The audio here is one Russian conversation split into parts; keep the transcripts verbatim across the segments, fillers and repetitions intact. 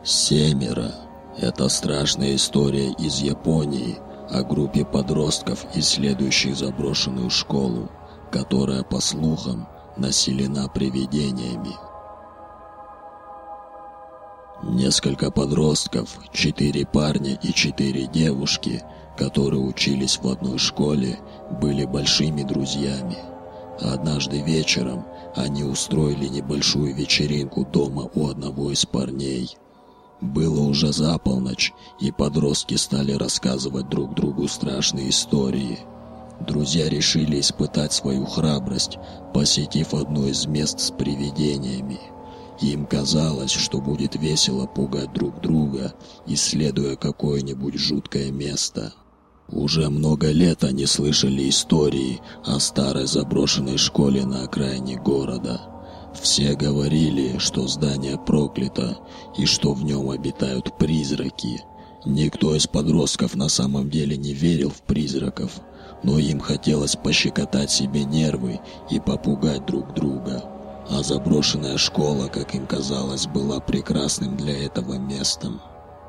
Семеро – это страшная история из Японии о группе подростков, исследующих заброшенную школу, которая, по слухам, населена привидениями. Несколько подростков, четыре парня и четыре девушки, которые учились в одной школе, были большими друзьями. Однажды вечером они устроили небольшую вечеринку дома у одного из парней. Было уже за полночь, и подростки стали рассказывать друг другу страшные истории. Друзья решили испытать свою храбрость, посетив одно из мест с привидениями. Им казалось, что будет весело пугать друг друга, исследуя какое-нибудь жуткое место. Уже много лет они слышали истории о старой заброшенной школе на окраине города. Все говорили, что здание проклято и что в нем обитают призраки. Никто из подростков на самом деле не верил в призраков, но им хотелось пощекотать себе нервы и попугать друг друга. А заброшенная школа, как им казалось, была прекрасным для этого местом.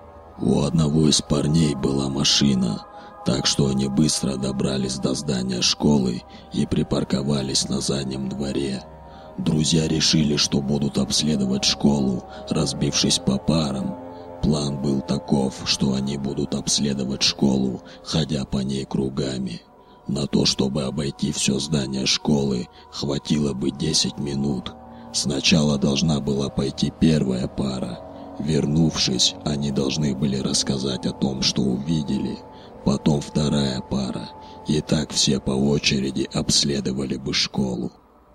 У одного из парней была машина, так что они быстро добрались до здания школы и припарковались на заднем дворе. Друзья решили, что будут обследовать школу, разбившись по парам. План был таков, что они будут обследовать школу, ходя по ней кругами. На то, чтобы обойти все здание школы, хватило бы десять минут. Сначала должна была пойти первая пара. Вернувшись, они должны были рассказать о том, что увидели. Потом вторая пара. И так все по очереди обследовали бы школу.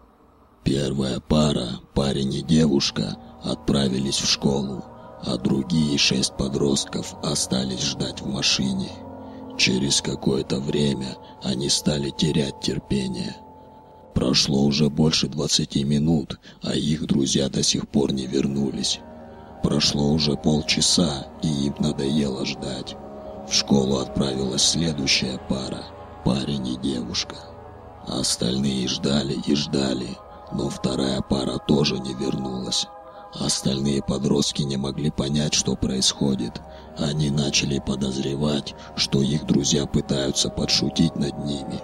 Первая пара, парень и девушка, отправились в школу, а другие шесть подростков остались ждать в машине. Через какое-то время они стали терять терпение. Прошло уже больше двадцати минут, а их друзья до сих пор не вернулись. Прошло уже полчаса, и им надоело ждать. В школу отправилась следующая пара, парень и девушка. Остальные ждали и ждали, но вторая пара тоже не вернулась. Остальные подростки не могли понять, что происходит. Они начали подозревать, что их друзья пытаются подшутить над ними.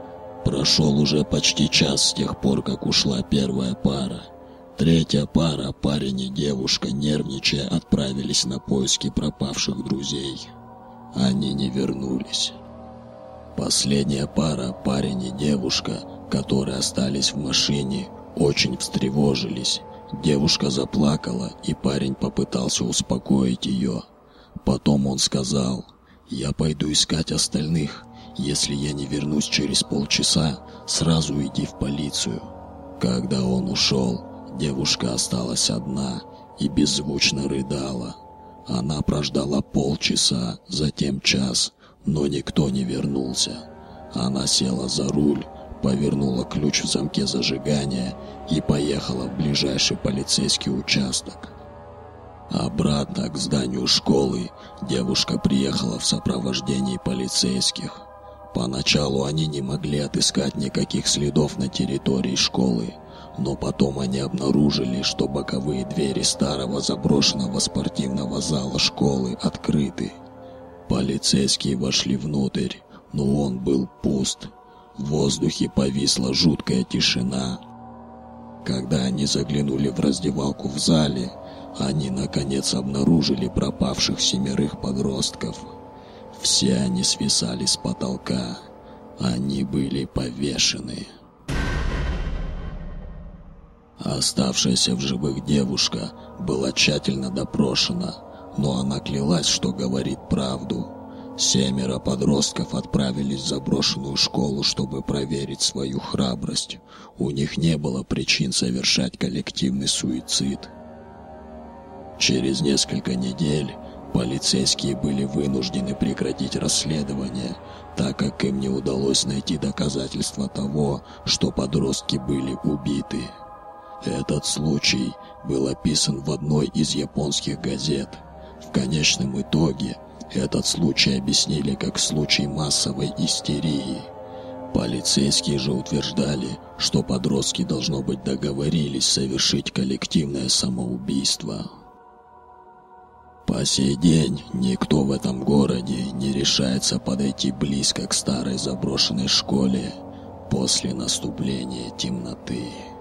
Прошел уже почти час с тех пор, как ушла первая пара. Третья пара, парень и девушка, нервничая, отправились на поиски пропавших друзей. Они не вернулись. Последняя пара, парень и девушка, которые остались в машине, очень встревожились. Девушка заплакала, и парень попытался успокоить ее. Потом он сказал: «Я пойду искать остальных. Если я не вернусь через полчаса, сразу иди в полицию». Когда он ушел, девушка осталась одна и беззвучно рыдала. Она прождала полчаса, затем час, но никто не вернулся. Она села за руль, повернула ключ в замке зажигания и поехала в ближайший полицейский участок. Обратно к зданию школы девушка приехала в сопровождении полицейских. Поначалу они не могли отыскать никаких следов на территории школы, но потом они обнаружили, что боковые двери старого заброшенного спортивного зала школы открыты. Полицейские вошли внутрь, но он был пуст. В воздухе повисла жуткая тишина. Когда они заглянули в раздевалку в зале, они наконец обнаружили пропавших семерых подростков. Все они свисали с потолка. Они были повешены. Оставшаяся в живых девушка была тщательно допрошена, но она клялась, что говорит правду. Семеро подростков отправились в заброшенную школу, чтобы проверить свою храбрость. У них не было причин совершать коллективный суицид. Через несколько недель полицейские были вынуждены прекратить расследование, так как им не удалось найти доказательства того, что подростки были убиты. Этот случай был описан в одной из японских газет. В конечном итоге этот случай объяснили как случай массовой истерии. Полицейские же утверждали, что подростки, должно быть, договорились совершить коллективное самоубийство. По сей день никто в этом городе не решается подойти близко к старой заброшенной школе после наступления темноты.